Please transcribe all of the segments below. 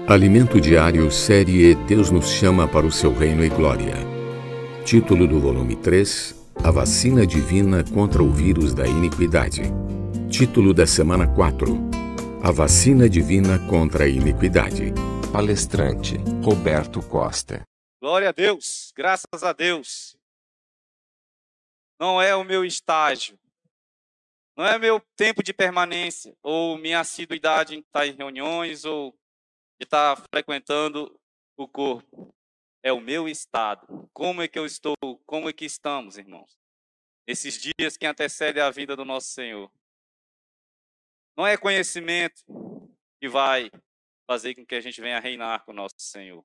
Alimento Diário, série Deus nos chama para o seu reino e glória. Título do volume 3, A vacina divina contra o vírus da iniquidade. Título da semana 4, A vacina divina contra a iniquidade. Palestrante, Roberto Costa. Glória a Deus, graças a Deus. Não é o meu estágio, não é meu tempo de permanência, ou minha assiduidade em estar em reuniões, ou de estar frequentando o corpo. É o meu estado. Como é que eu estou? Como é que estamos, irmãos? Esses dias que antecedem a vida do nosso Senhor. Não é conhecimento que vai fazer com que a gente venha reinar com o nosso Senhor.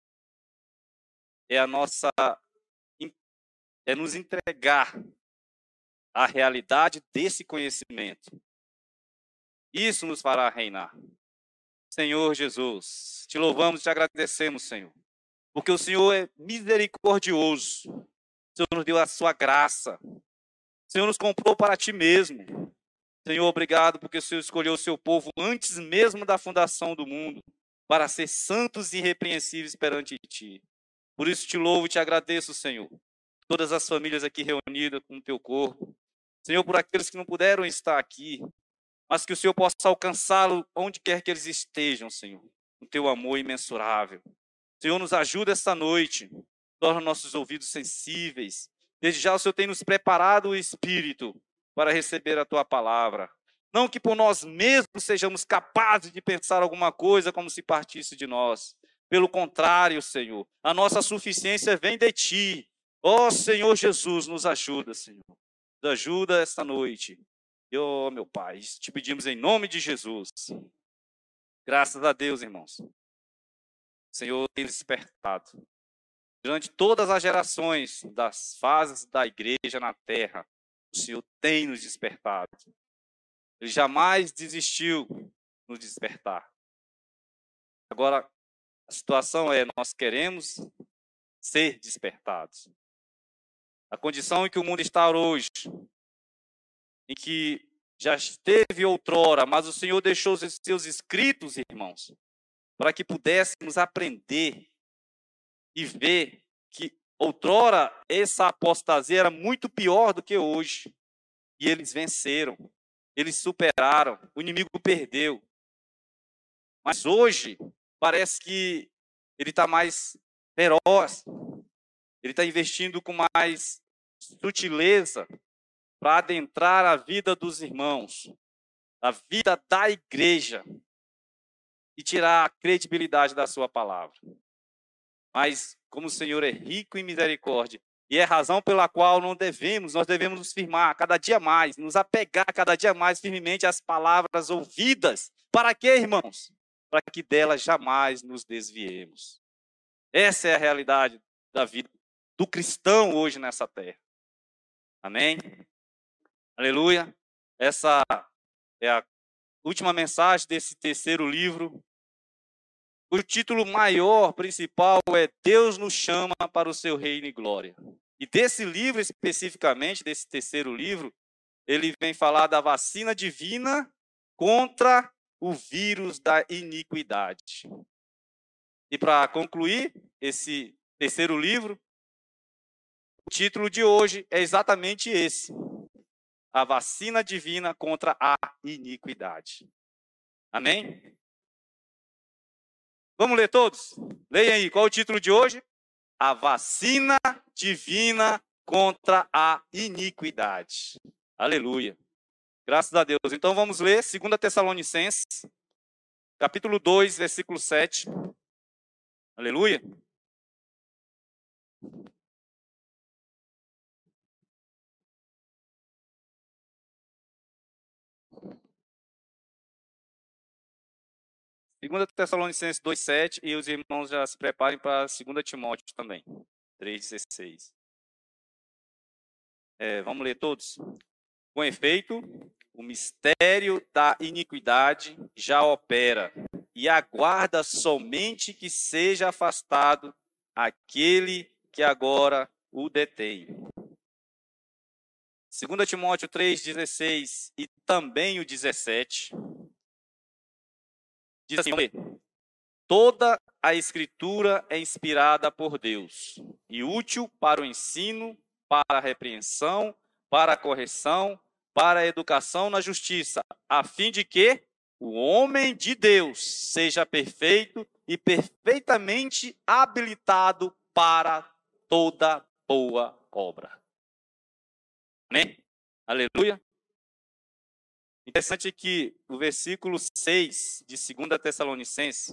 É a nossa... É nos entregar à realidade desse conhecimento. Isso nos fará reinar. Senhor Jesus, te louvamos e te agradecemos, Senhor, porque o Senhor é misericordioso. O Senhor nos deu a sua graça. O Senhor nos comprou para ti mesmo. Senhor, obrigado porque o Senhor escolheu o seu povo antes mesmo da fundação do mundo para ser santos e irrepreensíveis perante ti. Por isso te louvo e te agradeço, Senhor. Todas as famílias aqui reunidas com o teu corpo. Senhor, por aqueles que não puderam estar aqui, mas que o Senhor possa alcançá-lo onde quer que eles estejam, Senhor, com teu amor imensurável. Senhor, nos ajuda esta noite, torna nossos ouvidos sensíveis. Desde já o Senhor tem nos preparado o Espírito para receber a tua palavra. Não que por nós mesmos sejamos capazes de pensar alguma coisa como se partisse de nós. Pelo contrário, Senhor, a nossa suficiência vem de ti. Ó Senhor Jesus, nos ajuda, Senhor. Nos ajuda esta noite. Oh, meu Pai, te pedimos em nome de Jesus. Graças a Deus, irmãos. O Senhor tem despertado. Durante todas as gerações das fases da igreja na terra, o Senhor tem nos despertado. Ele jamais desistiu de nos despertar. Agora, a situação é, nós queremos ser despertados. A condição em que o mundo está hoje, em que já esteve outrora, mas o Senhor deixou os seus escritos, irmãos, para que pudéssemos aprender e ver que outrora essa apostasia era muito pior do que hoje. E eles venceram, eles superaram, o inimigo perdeu. Mas hoje parece que ele está mais feroz, ele está investindo com mais sutileza para adentrar a vida dos irmãos, a vida da igreja, e tirar a credibilidade da sua palavra. Mas, como o Senhor é rico em misericórdia, e é a razão pela qual nós devemos nos firmar cada dia mais, nos apegar cada dia mais firmemente às palavras ouvidas. Para quê, irmãos? Para que delas jamais nos desviemos. Essa é a realidade da vida do cristão hoje nessa terra. Amém? Aleluia. Essa é a última mensagem desse terceiro livro. O título maior, principal, é Deus nos chama para o seu reino e glória. E desse livro, especificamente, desse terceiro livro, ele vem falar da vacina divina contra o vírus da iniquidade. E para concluir esse terceiro livro, o título de hoje é exatamente esse: A vacina divina contra a iniquidade. Amém? Vamos ler todos? Leia aí, qual é o título de hoje? A vacina divina contra a iniquidade. Aleluia. Graças a Deus. Então vamos ler 2 Tessalonicenses, capítulo 2, versículo 7. Aleluia. Segunda Tessalonicenses 2:7, e os irmãos já se preparem para 2 Timóteo também, 3:16. Vamos ler todos? Com efeito, o mistério da iniquidade já opera e aguarda somente que seja afastado aquele que agora o detém. 2 Timóteo 3:16 e também o 17. Diz assim, Toda a Escritura é inspirada por Deus e útil para o ensino, para a repreensão, para a correção, para a educação na justiça, a fim de que o homem de Deus seja perfeito e perfeitamente habilitado para toda boa obra. Amém? Aleluia. Interessante que o versículo 6 de 2 Tessalonicenses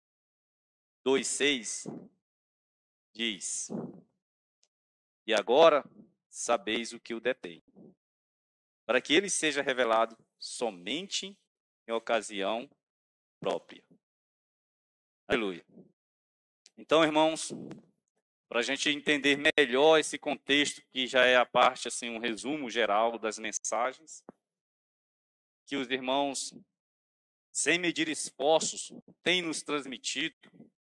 2,6 diz: E agora sabeis o que o detém, para que ele seja revelado somente em ocasião própria. Aleluia. Então, irmãos, para a gente entender melhor esse contexto, que já é a parte, assim, um resumo geral das mensagens, que os irmãos, sem medir esforços, têm nos transmitido,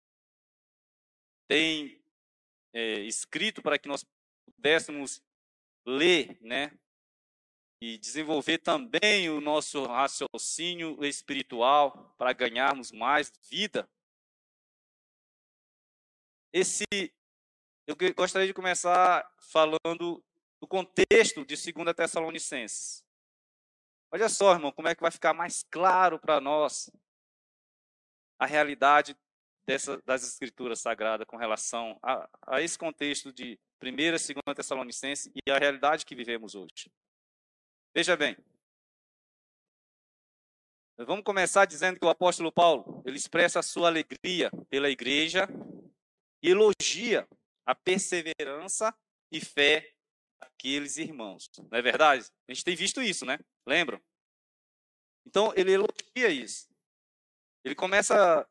têm escrito para que nós pudéssemos ler, né? E desenvolver também o nosso raciocínio espiritual para ganharmos mais vida. Eu gostaria de começar falando do contexto de 2 Tessalonicenses. Olha só, irmão, como é que vai ficar mais claro para nós a realidade das Escrituras Sagradas com relação a esse contexto de 1ª e 2ª Tessalonicenses e a realidade que vivemos hoje. Veja bem, nós vamos começar dizendo que o apóstolo Paulo, ele expressa a sua alegria pela igreja e elogia a perseverança e fé daqueles irmãos. Não é verdade? A gente tem visto isso, né? Lembram? Então, ele elogia isso. Ele começa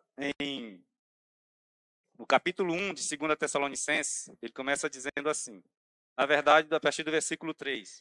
no capítulo 1 de 2 Tessalonicenses, ele começa dizendo assim, na verdade, a partir do versículo 3.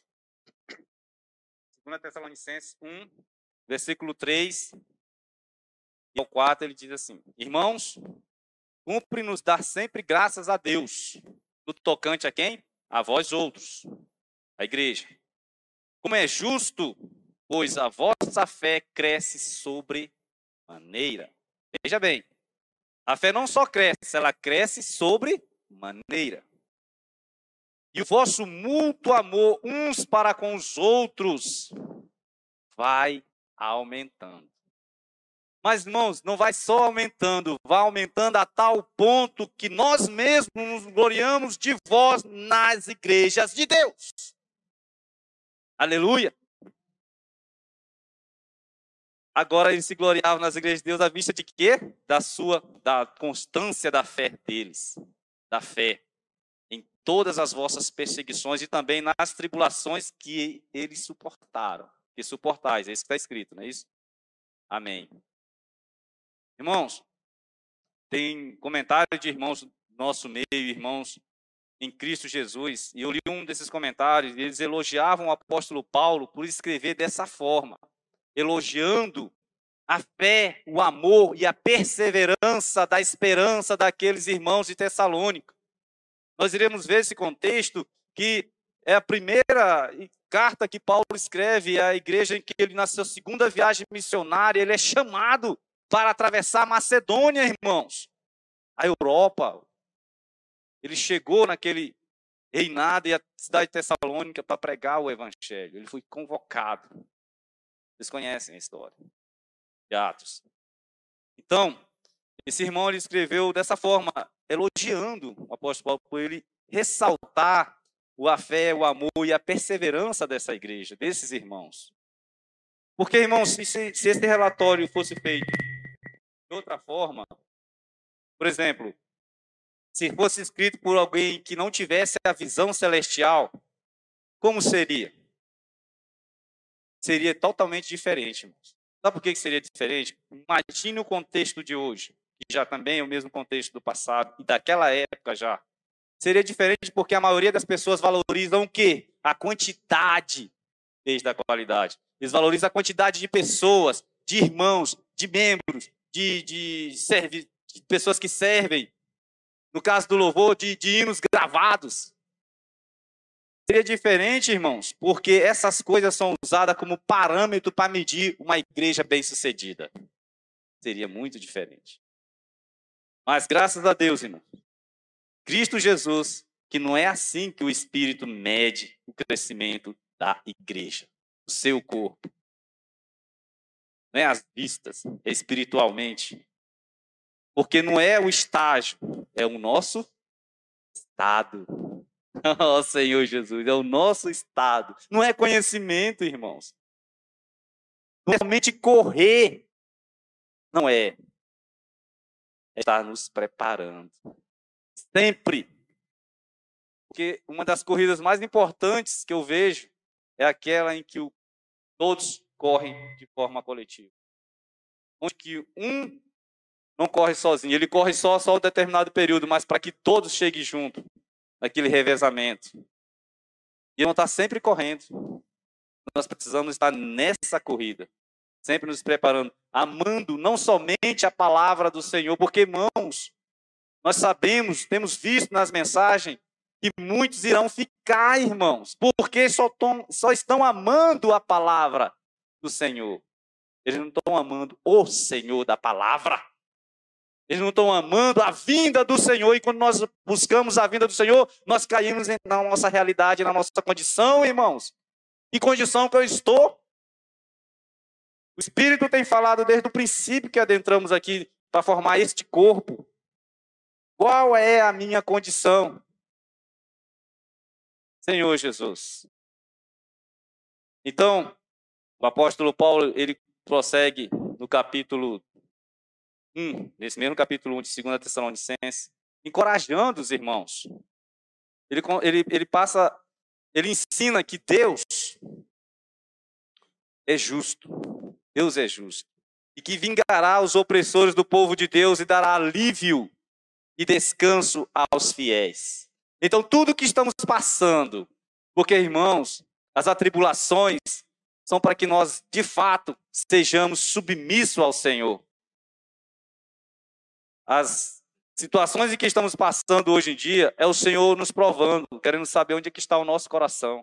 2 Tessalonicenses 1, versículo 3 e ao 4, ele diz assim: Irmãos, cumpre-nos dar sempre graças a Deus, no tocante a quem? A vós outros, a igreja. Como é justo, pois a vossa fé cresce sobremaneira. Veja bem, a fé não só cresce, ela cresce sobremaneira. E o vosso mútuo amor uns para com os outros vai aumentando. Mas, irmãos, não vai só aumentando, vai aumentando a tal ponto que nós mesmos nos gloriamos de vós nas igrejas de Deus. Aleluia! Agora eles se gloriavam nas igrejas de Deus à vista de quê? Da constância da fé deles, da fé em todas as vossas perseguições e também nas tribulações que eles suportaram. Que suportais, é isso que está escrito, não é isso? Amém. Irmãos, tem comentário de irmãos do nosso meio, irmãos em Cristo Jesus, e eu li um desses comentários, e eles elogiavam o apóstolo Paulo por escrever dessa forma, elogiando a fé, o amor e a perseverança da esperança daqueles irmãos de Tessalônica. Nós iremos ver esse contexto, que é a primeira carta que Paulo escreve à igreja em que ele, na sua segunda viagem missionária, ele é chamado para atravessar a Macedônia, irmãos. A Europa. Ele chegou naquele reinado e a cidade de Tessalônica para pregar o evangelho. Ele foi convocado. Vocês conhecem a história de Atos. Então, esse irmão ele escreveu dessa forma, elogiando o apóstolo Paulo por ele ressaltar a fé, o amor e a perseverança dessa igreja, desses irmãos. Porque, irmãos, se esse relatório fosse feito de outra forma, por exemplo, se fosse escrito por alguém que não tivesse a visão celestial, como seria? Seria totalmente diferente, irmãos. Sabe por que seria diferente? Imagine o contexto de hoje, que já também é o mesmo contexto do passado, e daquela época já. Seria diferente porque a maioria das pessoas valorizam o quê? A quantidade desde a qualidade. Eles valorizam a quantidade de pessoas, de irmãos, de membros, de pessoas que servem. No caso do louvor, de hinos gravados. Seria diferente, irmãos, porque essas coisas são usadas como parâmetro para medir uma igreja bem-sucedida. Seria muito diferente. Mas graças a Deus, irmão, Cristo Jesus, que não é assim que o Espírito mede o crescimento da igreja, o seu corpo. Não é às vistas, é espiritualmente. Porque não é o estágio, é o nosso estado. Oh, Senhor Jesus, é o nosso estado. Não é conhecimento, irmãos. Não é somente correr. Não é. É estar nos preparando. Sempre. Porque uma das corridas mais importantes que eu vejo é aquela em que todos correm de forma coletiva. Onde que um não corre sozinho, ele corre só um determinado período, mas para que todos cheguem junto, naquele revezamento. E não está sempre correndo. Nós precisamos estar nessa corrida, sempre nos preparando, amando não somente a palavra do Senhor, porque, irmãos, nós sabemos, temos visto nas mensagens, que muitos irão ficar, irmãos, porque só estão amando a palavra do Senhor. Eles não estão amando o Senhor da palavra. Eles não estão amando a vinda do Senhor. E quando nós buscamos a vinda do Senhor, nós caímos na nossa realidade, na nossa condição, irmãos. Que condição que eu estou? O Espírito tem falado desde o princípio que adentramos aqui para formar este corpo. Qual é a minha condição? Senhor Jesus. Então, o apóstolo Paulo, ele prossegue no capítulo 1, nesse mesmo capítulo 1 de 2 Tessalonicenses, encorajando os irmãos. Ele ensina que Deus é justo. Deus é justo. E que vingará os opressores do povo de Deus e dará alívio e descanso aos fiéis. Então, tudo que estamos passando, porque, irmãos, as atribulações são para que nós, de fato, sejamos submissos ao Senhor. As situações em que estamos passando hoje em dia é o Senhor nos provando, querendo saber onde é que está o nosso coração.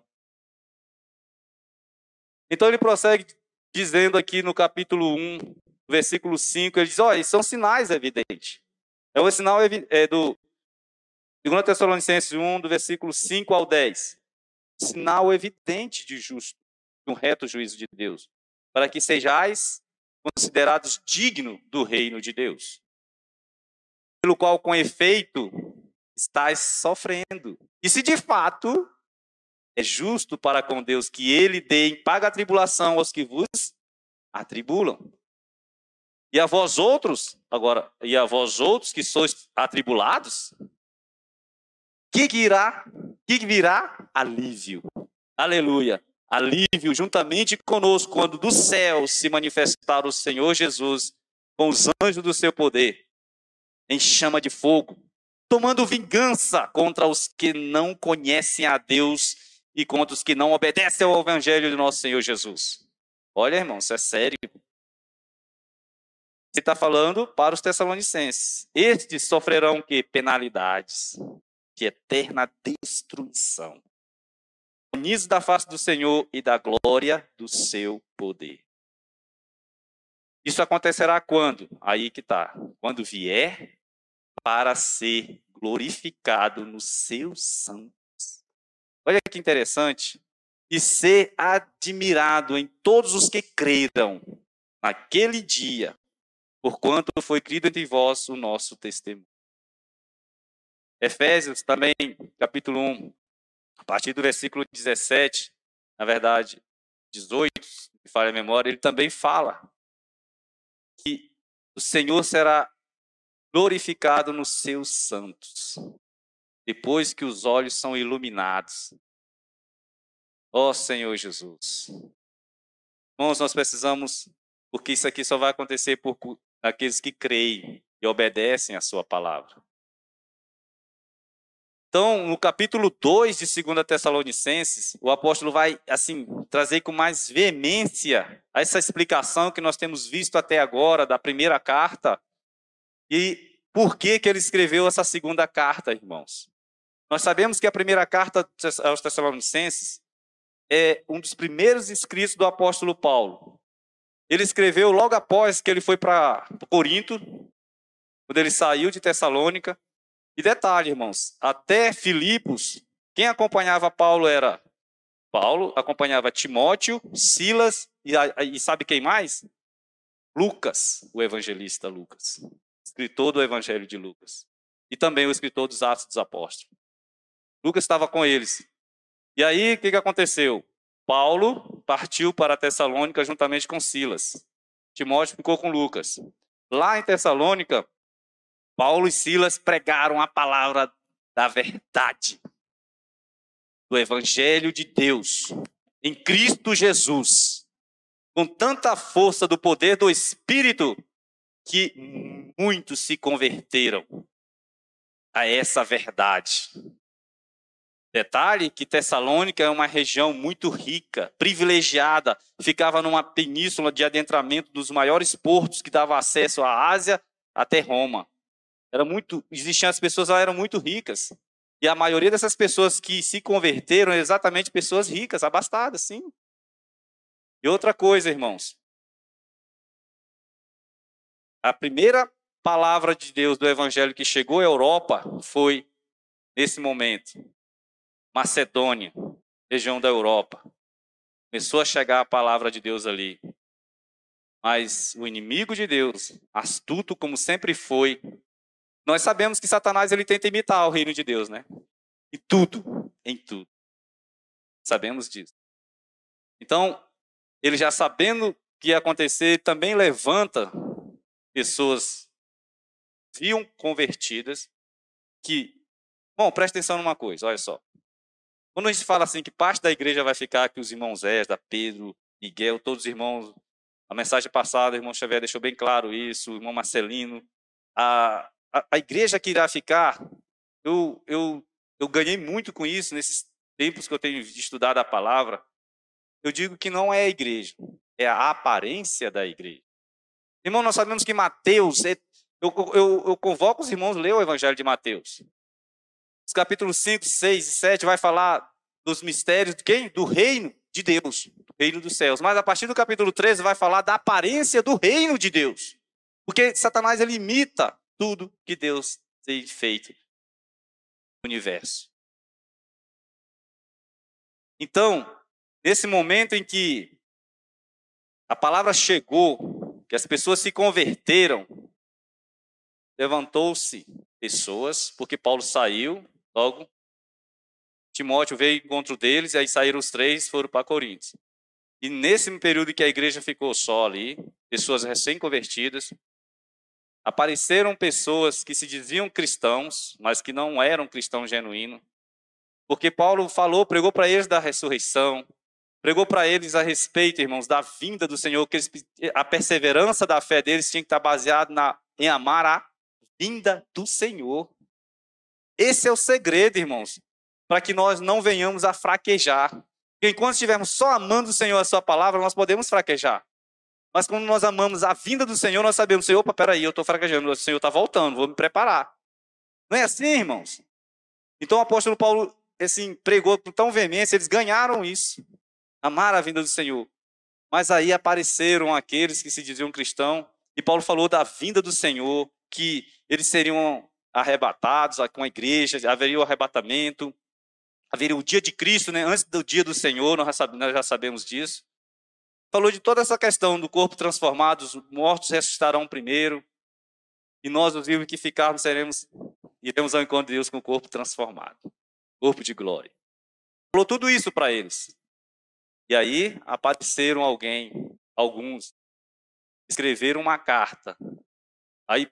Então ele prossegue dizendo aqui no capítulo 1, versículo 5, ele diz, olha, são sinais evidentes. É o sinal do 2 Tessalonicenses 1, do versículo 5 ao 10. Sinal evidente de justo, de um reto juízo de Deus, para que sejais considerados dignos do reino de Deus, pelo qual, com efeito, estáis sofrendo. E se de fato é justo para com Deus que ele dê em paga a tribulação aos que vos atribulam. E a vós outros, que sois atribulados, que virá? Alívio. Aleluia. Alívio juntamente conosco quando do céu se manifestar o Senhor Jesus com os anjos do seu poder, em chama de fogo, tomando vingança contra os que não conhecem a Deus e contra os que não obedecem ao evangelho de nosso Senhor Jesus. Olha, irmão, isso é sério. Ele está falando para os tessalonicenses. Estes sofrerão o quê? Penalidades de eterna destruição. Unidos da face do Senhor e da glória do seu poder. Isso acontecerá quando? Aí que está. Quando vier para ser glorificado nos seus santos. Olha que interessante. E ser admirado em todos os que creram naquele dia, porquanto foi crido entre vós o nosso testemunho. Efésios também, capítulo 1, a partir do versículo 17, na verdade, 18, se falha a memória, ele também fala que o Senhor será glorificado nos seus santos, depois que os olhos são iluminados. Ó Senhor Jesus. Irmãos, nós precisamos, porque isso aqui só vai acontecer por aqueles que creem e obedecem a sua palavra. Então, no capítulo 2 de 2 Tessalonicenses, o apóstolo vai, assim, trazer com mais veemência essa explicação que nós temos visto até agora da primeira carta e por que ele escreveu essa segunda carta, irmãos. Nós sabemos que a primeira carta aos Tessalonicenses é um dos primeiros escritos do apóstolo Paulo. Ele escreveu logo após que ele foi para Corinto, quando ele saiu de Tessalônica. E detalhe, irmãos, até Filipos, quem acompanhava Paulo era Paulo, acompanhava Timóteo, Silas e sabe quem mais? Lucas, o evangelista Lucas, escritor do Evangelho de Lucas. E também o escritor dos Atos dos Apóstolos. Lucas estava com eles. E aí, o que aconteceu? Paulo partiu para Tessalônica juntamente com Silas. Timóteo ficou com Lucas. Lá em Tessalônica, Paulo e Silas pregaram a palavra da verdade, do Evangelho de Deus, em Cristo Jesus, com tanta força do poder do Espírito, que muitos se converteram a essa verdade. Detalhe que Tessalônica é uma região muito rica, privilegiada, ficava numa península de adentramento dos maiores portos que dava acesso à Ásia até Roma. Existiam as pessoas lá eram muito ricas. E a maioria dessas pessoas que se converteram eram exatamente pessoas ricas, abastadas, sim. E outra coisa, irmãos. A primeira palavra de Deus do Evangelho que chegou à Europa foi, nesse momento, Macedônia, região da Europa. Começou a chegar a palavra de Deus ali. Mas o inimigo de Deus, astuto como sempre foi, nós sabemos que Satanás ele tenta imitar o reino de Deus, né? Em tudo. Sabemos disso. Então, ele já sabendo o que ia acontecer, também levanta pessoas viam convertidas que... Bom, presta atenção numa coisa, olha só. Quando a gente fala assim que parte da igreja vai ficar, que os irmãos Esdra, Pedro, Miguel, todos os irmãos, a mensagem passada, o irmão Xavier deixou bem claro isso, o irmão Marcelino, a igreja que irá ficar, eu ganhei muito com isso nesses tempos que eu tenho estudado a palavra. Eu digo que não é a igreja, é a aparência da igreja. Irmão, nós sabemos que Mateus, eu convoco os irmãos a ler o Evangelho de Mateus. Os capítulos 5, 6 e 7 vai falar dos mistérios de quem? Do reino de Deus, do reino dos céus. Mas a partir do capítulo 13 vai falar da aparência do reino de Deus. Porque Satanás ele imita tudo que Deus tem feito no universo. Então, nesse momento em que a palavra chegou, que as pessoas se converteram, levantou-se pessoas, porque Paulo saiu, logo Timóteo veio ao encontro deles, e aí saíram os três, foram para Corinto. E nesse período que a igreja ficou só ali, pessoas recém-convertidas, apareceram pessoas que se diziam cristãos, mas que não eram cristãos genuínos, porque Paulo pregou para eles da ressurreição, pregou para eles a respeito, irmãos, da vinda do Senhor, que a perseverança da fé deles tinha que estar baseada em amar a vinda do Senhor. Esse é o segredo, irmãos, para que nós não venhamos a fraquejar. Porque enquanto estivermos só amando o Senhor, a sua palavra, nós podemos fraquejar. Mas quando nós amamos a vinda do Senhor, nós sabemos, Senhor, opa, peraí, eu estou fraquejando, o Senhor está voltando, vou me preparar. Não é assim, irmãos? Então o apóstolo Paulo, assim, pregou com tão veemência, eles ganharam isso. Amar a vinda do Senhor. Mas aí apareceram aqueles que se diziam cristãos, e Paulo falou da vinda do Senhor, que eles seriam arrebatados com a igreja, haveria o arrebatamento, haveria o dia de Cristo, né? Antes do dia do Senhor, nós já sabemos disso. Falou de toda essa questão do corpo transformado, os mortos ressuscitarão primeiro, e nós, os vivos que ficarmos, iremos ao encontro de Deus com o corpo transformado, corpo de glória. Falou tudo isso para eles. E aí apareceram alguns, escreveram uma carta. Aí,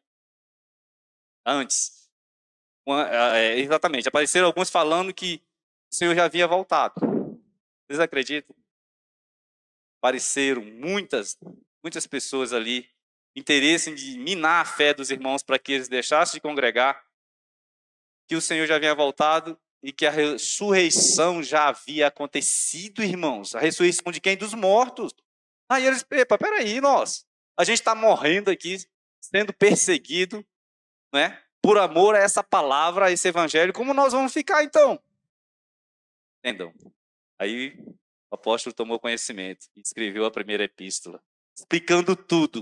antes, exatamente, apareceram alguns falando que o Senhor já havia voltado. Vocês acreditam? Apareceram muitas pessoas ali, interesse de minar a fé dos irmãos para que eles deixassem de congregar, que o Senhor já havia voltado e que a ressurreição já havia acontecido, irmãos. A ressurreição de quem? Dos mortos. Aí eles, peraí, a gente está morrendo aqui, sendo perseguido, né? Por amor a essa palavra, a esse evangelho, como nós vamos ficar então? Entendam? Aí o apóstolo tomou conhecimento e escreveu a primeira epístola, explicando tudo.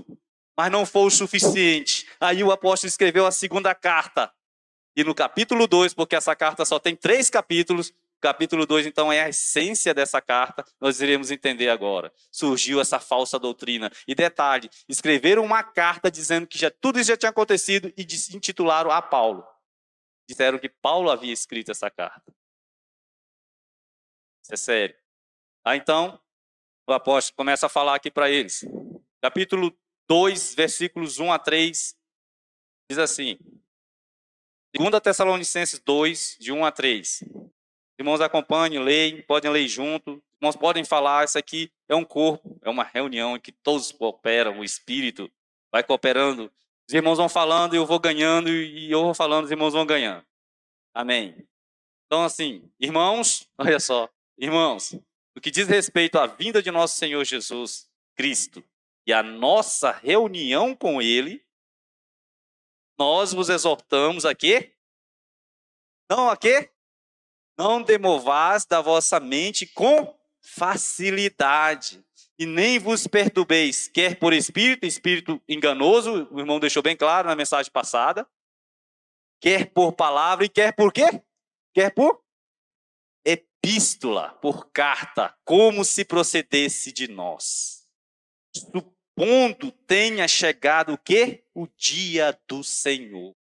mas não foi o suficiente. Aí o apóstolo escreveu a segunda carta. E no capítulo 2, porque essa carta só tem 3 capítulos, capítulo 2, então, é a essência dessa carta, nós iremos entender agora. Surgiu essa falsa doutrina. E detalhe, escreveram uma carta dizendo que tudo isso já tinha acontecido e intitularam a Paulo. Disseram que Paulo havia escrito essa carta. Isso é sério. Então, o apóstolo começa a falar aqui para eles. Capítulo 2, versículos 1 a 3, diz assim. 2 Tessalonicenses 2, de 1 a 3. Irmãos, acompanhem, leem, podem ler junto. Irmãos, podem falar, isso aqui é um corpo, é uma reunião em que todos cooperam, o Espírito vai cooperando. Os irmãos vão falando, eu vou ganhando, e eu vou falando, os irmãos vão ganhando. Amém. Então, assim, irmãos, olha só, irmãos, no que diz respeito à vinda de nosso Senhor Jesus Cristo e a nossa reunião com Ele, nós vos exortamos a quê? Não a quê? Não demovais da vossa mente com facilidade, e nem vos perturbeis, quer por espírito enganoso, o irmão deixou bem claro na mensagem passada, quer por palavra, e quer por quê? Quer por epístola, por carta, como se procedesse de nós. Supondo tenha chegado o quê? O dia do Senhor.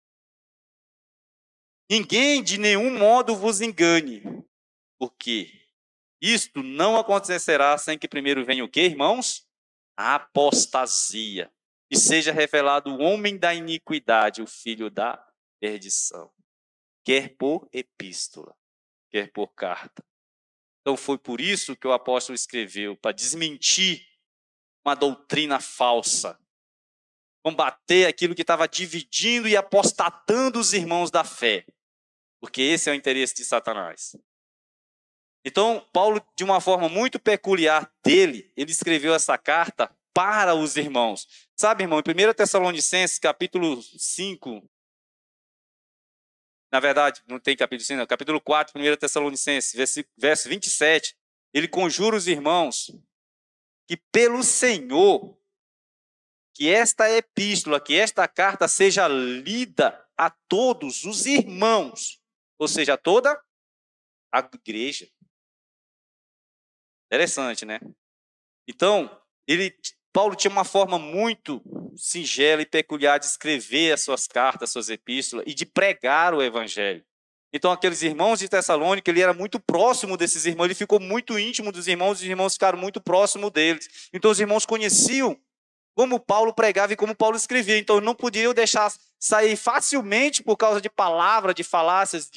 Ninguém de nenhum modo vos engane, porque isto não acontecerá sem que primeiro venha o quê, irmãos? A apostasia. E seja revelado o homem da iniquidade, o filho da perdição. Quer por epístola, quer por carta. Então foi por isso que o apóstolo escreveu, para desmentir uma doutrina falsa. Combater aquilo que estava dividindo e apostatando os irmãos da fé. Porque esse é o interesse de Satanás. Então, Paulo, de uma forma muito peculiar dele, ele escreveu essa carta para os irmãos. Sabe, irmão, em 1 Tessalonicenses, capítulo 5, na verdade, não tem capítulo 5, não, capítulo 4, 1 Tessalonicenses, verso 27, ele conjura os irmãos que pelo Senhor, que esta epístola, que esta carta seja lida a todos os irmãos, ou seja, a toda a igreja. Interessante, né? Então, Paulo tinha uma forma muito singela e peculiar de escrever as suas cartas, as suas epístolas e de pregar o evangelho. Então, aqueles irmãos de Tessalônica, ele era muito próximo desses irmãos, ele ficou muito íntimo dos irmãos, e os irmãos ficaram muito próximos deles. Então, os irmãos conheciam como Paulo pregava e como Paulo escrevia. Então, não podiam deixar sair facilmente por causa de palavras, de falácias,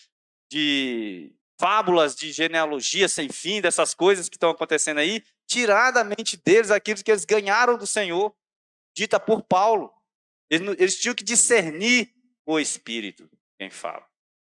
de fábulas, de genealogia sem fim, dessas coisas que estão acontecendo aí, tirar da mente deles aquilo que eles ganharam do Senhor, dita por Paulo. Eles tinham que discernir o Espírito, quem fala.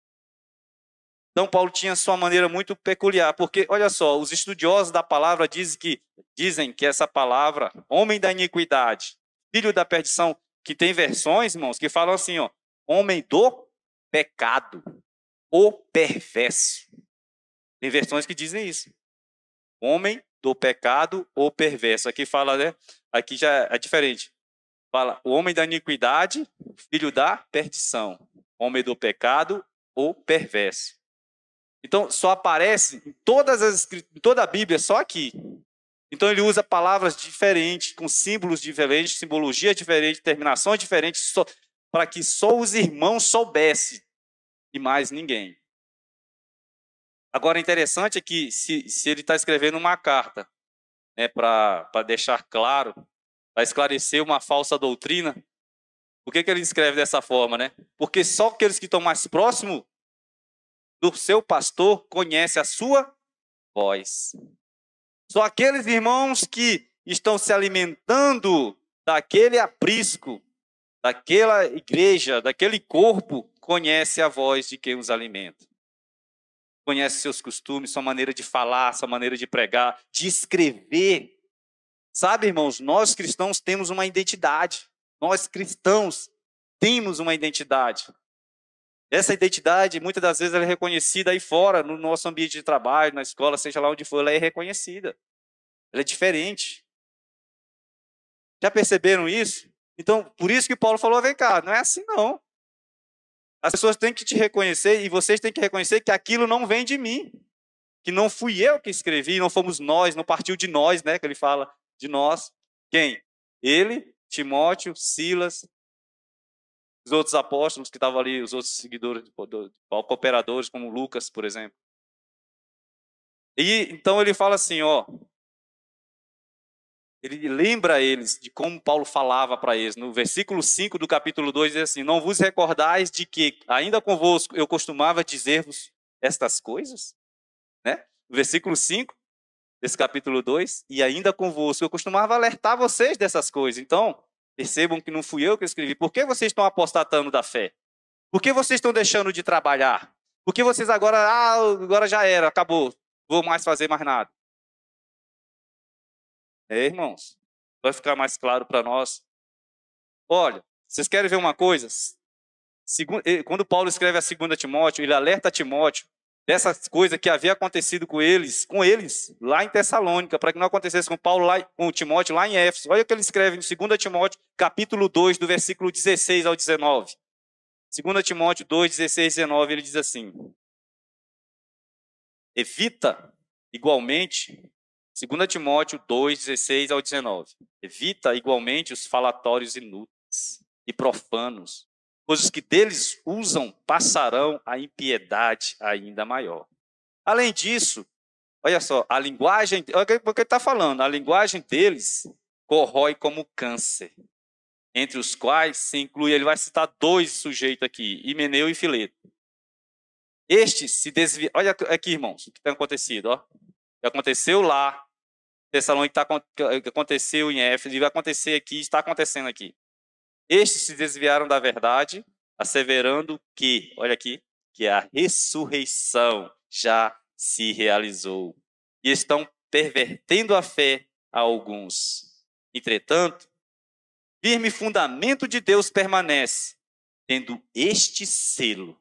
Então, Paulo tinha sua maneira muito peculiar, porque, olha só, os estudiosos da palavra dizem que essa palavra, homem da iniquidade, filho da perdição, que tem versões, irmãos, que falam assim, ó, homem do pecado, o perverso. Tem versões que dizem isso. Homem do pecado, o perverso. Aqui fala, né? Aqui já é diferente. Fala, o homem da iniquidade, filho da perdição. Homem do pecado, o perverso. Então, só aparece em toda a Bíblia, só aqui. Então, ele usa palavras diferentes, com símbolos diferentes, simbologia diferente, terminações diferentes, para que só os irmãos soubessem, e mais ninguém. Agora, interessante é que, se ele está escrevendo uma carta, né, para deixar claro, para esclarecer uma falsa doutrina, por que ele escreve dessa forma, né? Porque só aqueles que estão mais próximos do seu pastor conhece a sua voz. Só aqueles irmãos que estão se alimentando daquele aprisco, daquela igreja, daquele corpo, conhece a voz de quem os alimenta. Conhece seus costumes, sua maneira de falar, sua maneira de pregar, de escrever. Sabe, irmãos, nós cristãos temos uma identidade. Nós cristãos temos uma identidade. Essa identidade, muitas das vezes, ela é reconhecida aí fora, no nosso ambiente de trabalho, na escola, seja lá onde for, ela é reconhecida. Ela é diferente. Já perceberam isso? Então, por isso que Paulo falou, vem cá, não é assim não. As pessoas têm que te reconhecer e vocês têm que reconhecer que aquilo não vem de mim. Que não fui eu que escrevi, não fomos nós, não partiu de nós, né? Que ele fala de nós. Quem? Ele, Timóteo, Silas, os outros apóstolos que estavam ali, os outros seguidores, cooperadores, como Lucas, por exemplo. E então ele fala assim, ó, ele lembra eles de como Paulo falava para eles. No versículo 5 do capítulo 2 diz assim: não vos recordais de que ainda convosco eu costumava dizer-vos estas coisas? Né? No versículo 5 desse capítulo 2, e ainda convosco eu costumava alertar vocês dessas coisas. Então, percebam que não fui eu que escrevi. Por que vocês estão apostatando da fé? Por que vocês estão deixando de trabalhar? Por que vocês agora já era, acabou, vou mais fazer mais nada? Irmãos, vai ficar mais claro para nós. Olha, vocês querem ver uma coisa? Quando Paulo escreve a 2 Timóteo, ele alerta Timóteo dessas coisas que havia acontecido com eles lá em Tessalônica, para que não acontecesse com Paulo com Timóteo lá em Éfeso. Olha o que ele escreve em 2 Timóteo, capítulo 2, do versículo 16 ao 19. 2 Timóteo 2, 16 e 19, ele diz assim: evita igualmente, 2 Timóteo 2, 16 ao 19, evita igualmente os falatórios inúteis e profanos, pois os que deles usam passarão a impiedade ainda maior. Além disso, olha só, a linguagem, olha o que ele está falando, a linguagem deles corrói como câncer, entre os quais se inclui, ele vai citar dois sujeitos aqui, Himeneu e Fileto. Estes se desviam, olha aqui, irmãos, o que tem acontecido, ó. O que aconteceu lá, Tessalônica, que aconteceu em Éfeso, e vai acontecer aqui, está acontecendo aqui. Estes se desviaram da verdade, asseverando que, olha aqui, que a ressurreição já se realizou. E estão pervertendo a fé a alguns. Entretanto, firme fundamento de Deus permanece, tendo este selo.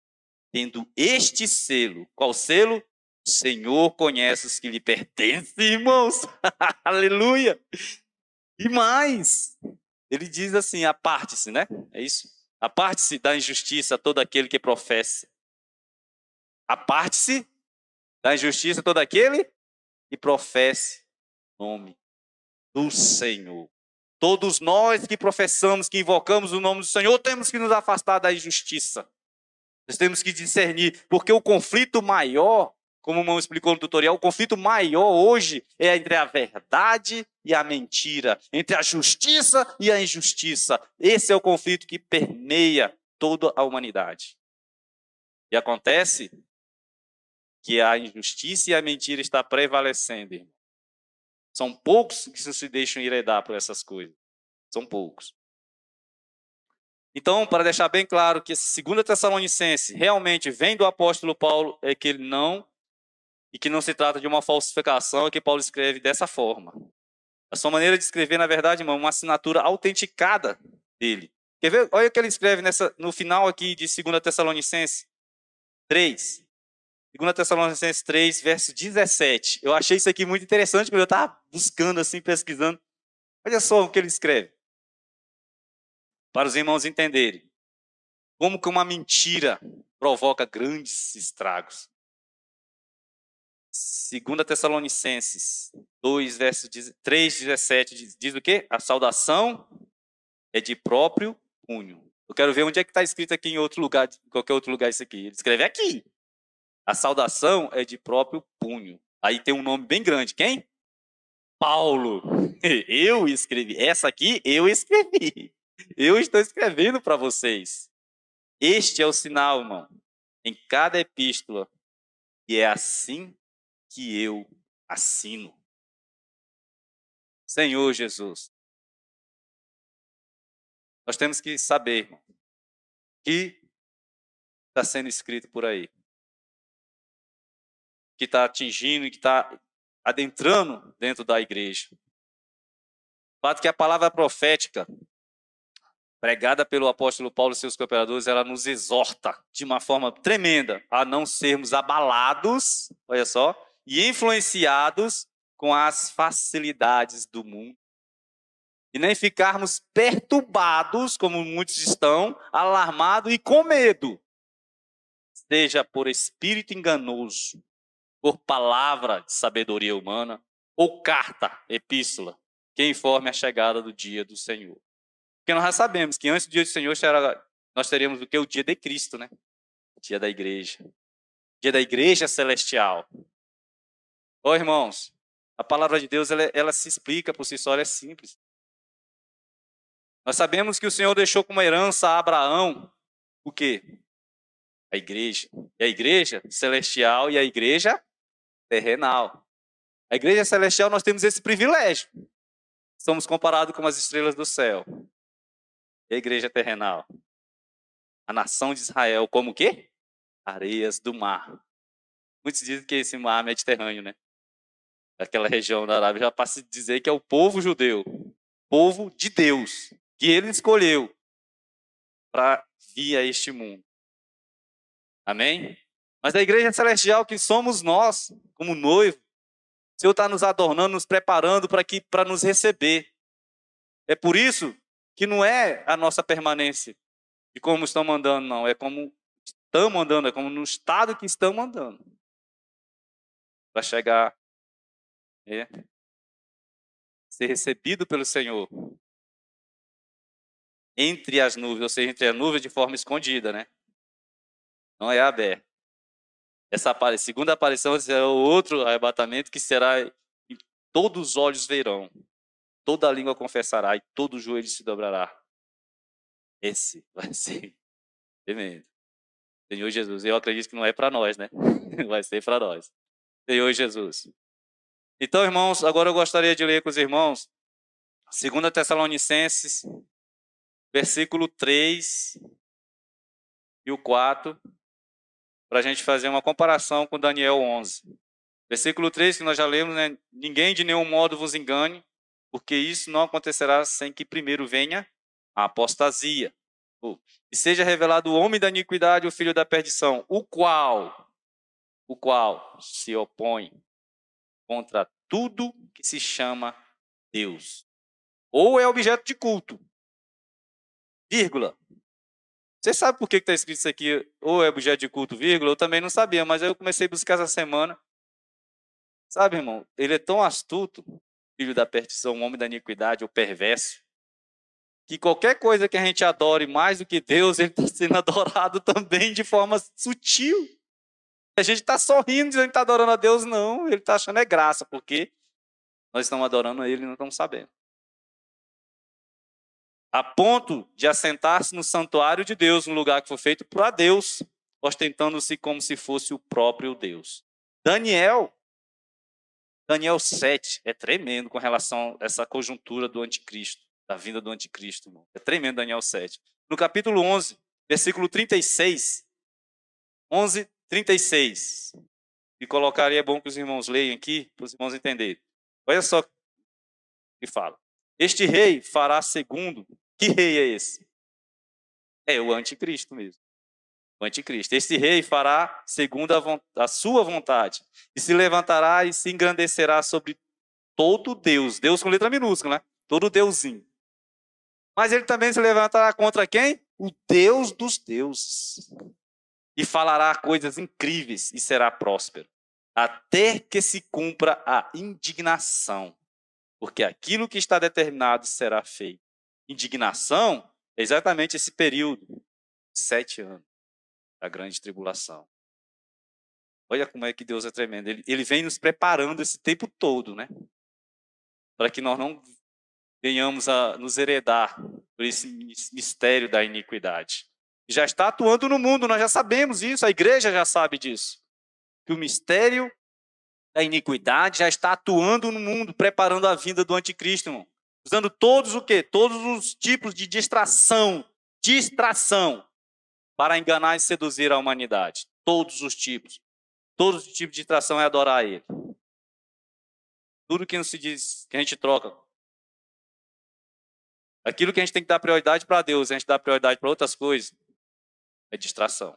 Qual selo? O Senhor conhece os que lhe pertencem, irmãos. Aleluia! E mais, ele diz assim, aparte-se, né? É isso? Aparte-se da injustiça todo aquele que professa. Aparte-se da injustiça todo aquele que professe o nome do Senhor. Todos nós que professamos, que invocamos o nome do Senhor, temos que nos afastar da injustiça. Nós temos que discernir, porque o conflito maior, como o irmão explicou no tutorial, o conflito maior hoje é entre a verdade e a mentira, entre a justiça e a injustiça. Esse é o conflito que permeia toda a humanidade. E acontece que a injustiça e a mentira estão prevalecendo, irmão. São poucos que se deixam enredar por essas coisas. São poucos. Então, para deixar bem claro que esse 2 Tessalonicenses realmente vem do apóstolo Paulo, é que ele não, e que não se trata de uma falsificação, é que Paulo escreve dessa forma. A sua maneira de escrever, na verdade, irmão, é uma assinatura autenticada dele. Quer ver? Olha o que ele escreve no final aqui de 2 Tessalonicenses 3. 2 Tessalonicenses 3, verso 17. Eu achei isso aqui muito interessante, porque eu estava buscando, assim, pesquisando. Olha só o que ele escreve. Para os irmãos entenderem como que uma mentira provoca grandes estragos. 2 Tessalonicenses 2, verso 3, 17, diz o quê? A saudação é de próprio punho. Eu quero ver onde é que está escrito aqui em outro lugar, em qualquer outro lugar isso aqui. Ele escreve aqui. A saudação é de próprio punho. Aí tem um nome bem grande. Quem? Paulo. Eu escrevi. Essa aqui eu escrevi. Eu estou escrevendo para vocês. Este é o sinal, irmão, em cada epístola. E é assim que eu assino. Senhor Jesus. Nós temos que saber, irmão, que está sendo escrito por aí. Que está atingindo e que está adentrando dentro da igreja. O fato que a palavra profética pregada pelo apóstolo Paulo e seus cooperadores, ela nos exorta de uma forma tremenda a não sermos abalados, olha só, e influenciados com as facilidades do mundo. E nem ficarmos perturbados, como muitos estão, alarmados e com medo. Seja por espírito enganoso, por palavra de sabedoria humana, ou carta, epístola, que informe a chegada do dia do Senhor. Porque nós já sabemos que antes do dia do Senhor nós teríamos o que? O dia de Cristo, né? O dia da igreja. O dia da igreja celestial. Ô, irmãos, a palavra de Deus, ela se explica por si só, ela é simples. Nós sabemos que o Senhor deixou como herança a Abraão o quê? A igreja. E a igreja celestial e a igreja terrenal. A igreja celestial nós temos esse privilégio. Somos comparados com as estrelas do céu. E a igreja terrenal? A nação de Israel como o quê? Areias do mar. Muitos dizem que esse mar é Mediterrâneo, né? Aquela região da Arábia já passa a dizer que é o povo judeu. Povo de Deus. Que ele escolheu para vir a este mundo. Amém? Mas a igreja celestial que somos nós, como noivo, o Senhor está nos adornando, nos preparando para nos receber. É por isso que não é a nossa permanência de como estamos andando, não. É como estamos andando, é como no estado que estamos andando. Para chegar, ser recebido pelo Senhor. Entre as nuvens, ou seja, entre as nuvens de forma escondida, né? Não é aberta. Essa segunda aparição é o outro arrebatamento que será e todos os olhos verão, toda a língua confessará e todo joelho se dobrará. Esse vai ser tremendo. Senhor Jesus, eu acredito que não é para nós, né? Vai ser para nós. Senhor Jesus. Então, irmãos, agora eu gostaria de ler com os irmãos 2 Tessalonicenses, versículo 3 e o 4, para a gente fazer uma comparação com Daniel 11. Versículo 3, que nós já lemos, né? Ninguém de nenhum modo vos engane, porque isso não acontecerá sem que primeiro venha a apostasia. E seja revelado o homem da iniquidade, o filho da perdição, o qual se opõe contra tudo que se chama Deus. Ou é objeto de culto. Vírgula. Você sabe por que está escrito isso aqui, ou é objeto de culto, vírgula? Eu também não sabia, mas aí eu comecei a buscar essa semana. Sabe, irmão, ele é tão astuto, filho da perdição, o homem da iniquidade, o perverso, que qualquer coisa que a gente adore mais do que Deus, ele está sendo adorado também de forma sutil. A gente está sorrindo, dizendo que está adorando a Deus, não, ele está achando é graça, porque nós estamos adorando a ele e não estamos sabendo. A ponto de assentar-se no santuário de Deus, no lugar que foi feito para Deus, ostentando-se como se fosse o próprio Deus. Daniel 7 é tremendo com relação a essa conjuntura do anticristo, da vinda do anticristo. Irmão. É tremendo Daniel 7. No capítulo 11, versículo 36, 11:36, e colocaria, é bom que os irmãos leiam aqui, para os irmãos entenderem. Olha só o que fala. Este rei fará segundo. Que rei é esse? É o anticristo mesmo. O anticristo. Este rei fará segundo a sua vontade. E se levantará e se engrandecerá sobre todo Deus. Deus com letra minúscula, né? Todo deusinho. Mas ele também se levantará contra quem? O Deus dos deuses. E falará coisas incríveis e será próspero. Até que se cumpra a indignação. Porque aquilo que está determinado será feito. Indignação é exatamente esse período, 7 anos, da grande tribulação. Olha como é que Deus é tremendo. Ele vem nos preparando esse tempo todo, né? Para que nós não venhamos a nos heredar por esse mistério da iniquidade. Já está atuando no mundo, nós já sabemos isso, a igreja já sabe disso. Que o mistério da iniquidade já está atuando no mundo, preparando a vinda do anticristo, irmão. Usando todos o quê? Todos os tipos de distração para enganar e seduzir a humanidade. Todos os tipos. Todos os tipos de distração é adorar ele. Tudo que não se diz, que a gente troca. Aquilo que a gente tem que dar prioridade para Deus, a gente dá prioridade para outras coisas, é distração.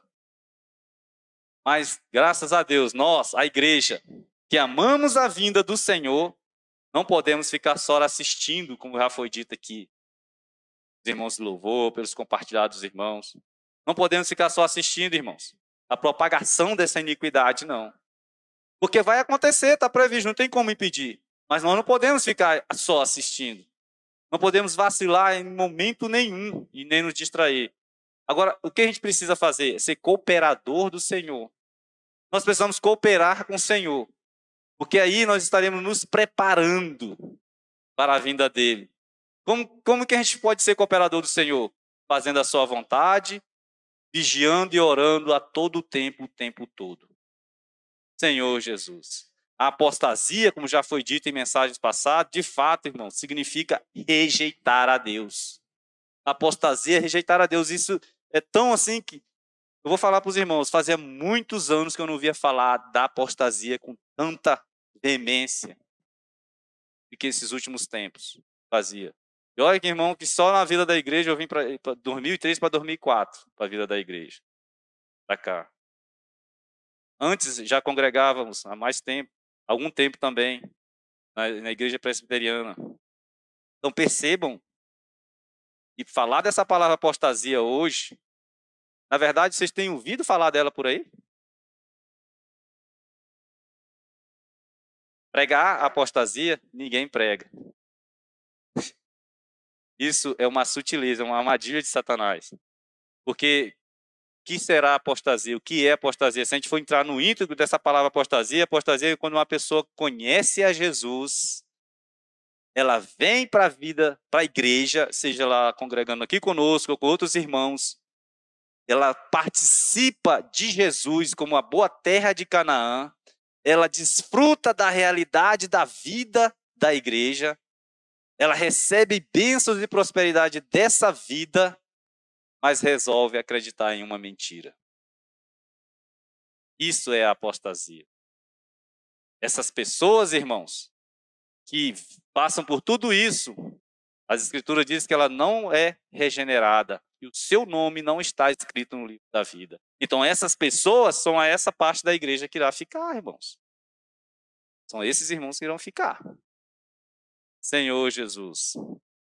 Mas, graças a Deus, nós, a igreja, que amamos a vinda do Senhor, Não podemos ficar só assistindo, como já foi dito aqui, os irmãos de louvor, pelos compartilhados dos irmãos. Não podemos ficar só assistindo, irmãos, a propagação dessa iniquidade, não. Porque vai acontecer, está previsto, não tem como impedir. Mas nós não podemos ficar só assistindo. Não podemos vacilar em momento nenhum e nem nos distrair. Agora, o que a gente precisa fazer? Ser cooperador do Senhor. Nós precisamos cooperar com o Senhor. Porque aí nós estaremos nos preparando para a vinda dele. Como que a gente pode ser cooperador do Senhor? Fazendo a sua vontade, vigiando e orando a todo tempo, o tempo todo. Senhor Jesus. A apostasia, como já foi dito em mensagens passadas, de fato, irmão, significa rejeitar a Deus. A apostasia é rejeitar a Deus. Isso é tão assim que eu vou falar para os irmãos, fazia muitos anos que eu não ouvia falar da apostasia com tanta veemência do que esses últimos tempos fazia. E olha que, irmão, que só na vida da igreja eu vim para 2003 para 2004, para a vida da igreja, para cá. Antes já congregávamos há mais tempo, algum tempo também, na igreja presbiteriana. Então percebam, e falar dessa palavra apostasia hoje, na verdade, vocês têm ouvido falar dela por aí? Pregar a apostasia, ninguém prega. Isso é uma sutileza, uma armadilha de Satanás. Porque o que será apostasia? O que é apostasia? Se a gente for entrar no íntegro dessa palavra apostasia é quando uma pessoa conhece a Jesus, ela vem para a vida, para a igreja, seja lá congregando aqui conosco ou com outros irmãos, ela participa de Jesus como a boa terra de Canaã, ela desfruta da realidade da vida da igreja, ela recebe bênçãos e prosperidade dessa vida, mas resolve acreditar em uma mentira. Isso é a apostasia. Essas pessoas, irmãos, que passam por tudo isso, as Escrituras dizem que ela não é regenerada e o seu nome não está escrito no livro da vida. Então essas pessoas são a essa parte da igreja que irá ficar, irmãos. São esses irmãos que irão ficar. Senhor Jesus.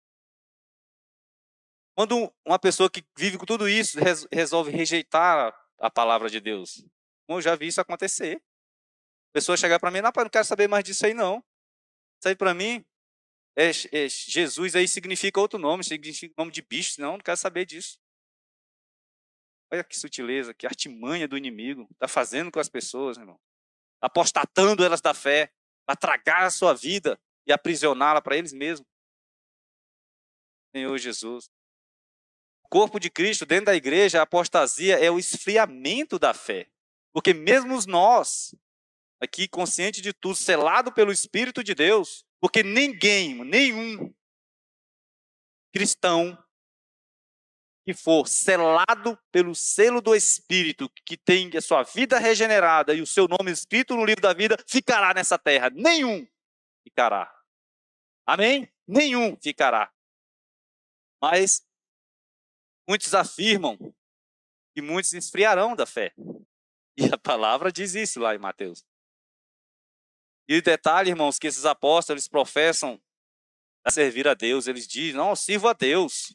Quando uma pessoa que vive com tudo isso resolve rejeitar a palavra de Deus, como eu já vi isso acontecer. A pessoa chegar para mim, não quero saber mais disso aí não. Isso aí para mim, Jesus aí significa outro nome, significa nome de bicho, não quero saber disso. Olha que sutileza, que artimanha do inimigo está fazendo com as pessoas, irmão. Apostatando elas da fé, para tragar a sua vida e aprisioná-la para eles mesmos. Senhor Jesus. O corpo de Cristo, dentro da igreja, a apostasia é o esfriamento da fé. Porque mesmo nós, aqui consciente de tudo, selado pelo Espírito de Deus, porque nenhum cristão que for selado pelo selo do Espírito, que tem a sua vida regenerada e o seu nome escrito no livro da vida, ficará nessa terra. Nenhum ficará. Amém? Nenhum ficará. Mas muitos afirmam que muitos esfriarão da fé. E a palavra diz isso lá em Mateus. E o detalhe, irmãos, que esses apóstolos eles professam a servir a Deus. Eles dizem, não, eu sirvo a Deus.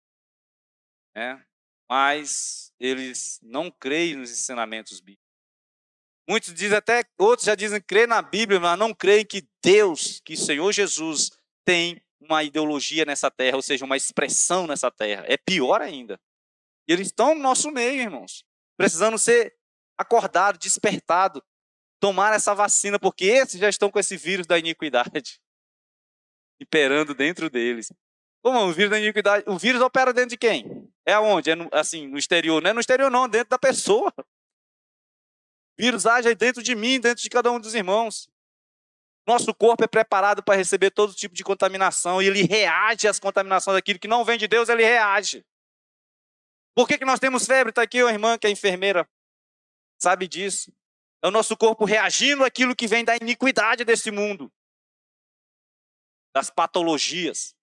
Mas eles não creem nos ensinamentos bíblicos. Muitos dizem até, outros já dizem crer na Bíblia, mas não creem que Deus, que o Senhor Jesus tem uma ideologia nessa terra, ou seja, uma expressão nessa terra. É pior ainda. E eles estão no nosso meio, irmãos, precisando ser acordados, despertados, tomar essa vacina, porque esses já estão com esse vírus da iniquidade imperando dentro deles. Como o vírus da iniquidade? O vírus opera dentro de quem? É aonde? É no exterior? Não é no exterior não, dentro da pessoa. O vírus age dentro de mim, dentro de cada um dos irmãos. Nosso corpo é preparado para receber todo tipo de contaminação e ele reage às contaminações daquilo que não vem de Deus, ele reage. Por que nós temos febre? Está aqui a irmã que é enfermeira, sabe disso. É o nosso corpo reagindo àquilo que vem da iniquidade desse mundo. Das patologias.